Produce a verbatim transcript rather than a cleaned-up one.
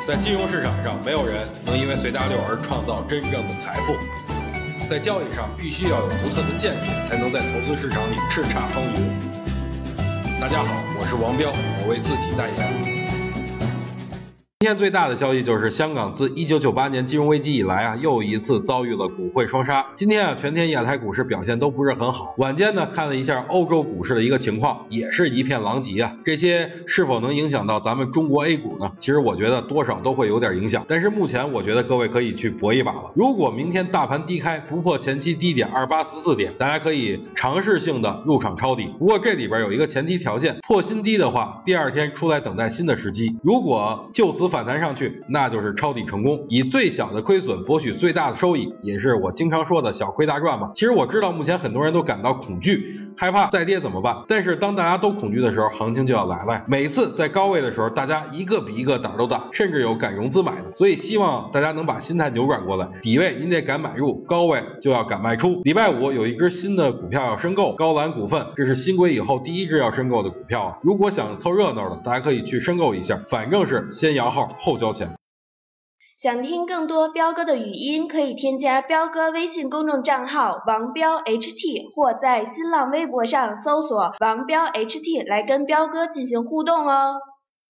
在金融市场上，没有人能因为随大流而创造真正的财富。在交易上，必须要有独特的见解，才能在投资市场里叱咤风云。大家好，我是王彪，我为自己代言。今天最大的消息就是香港自一九九八年金融危机以来啊，又一次遭遇了股汇双杀。今天啊，全天亚太股市表现都不是很好。晚间呢，看了一下欧洲股市的一个情况，也是一片狼藉啊。这些是否能影响到咱们中国 A 股呢？其实我觉得多少都会有点影响。但是目前我觉得各位可以去搏一把了。如果明天大盘低开不破前期低点二八四四点，大家可以尝试性的入场抄底。不过这里边有一个前提条件，破新低的话，第二天出来等待新的时机。如果就此反弹上去，那就是抄底成功，以最小的亏损博取最大的收益，也是我经常说的小亏大赚嘛。其实我知道目前很多人都感到恐惧，害怕再跌怎么办，但是当大家都恐惧的时候，行情就要来了。每次在高位的时候，大家一个比一个胆儿都大，甚至有敢融资买的，所以希望大家能把心态扭转过来，底位您得敢买入，高位就要敢卖出。礼拜五有一只新的股票要申购，高瓴股份，这是新规以后第一只要申购的股票啊。如果想凑热闹的，大家可以去申购一下，反正是先摇号后交钱。 想听更多彪哥的语音，可以添加彪哥微信公众账号王彪 H T， 或在新浪微博上搜索王彪 H T 来跟彪哥进行互动哦。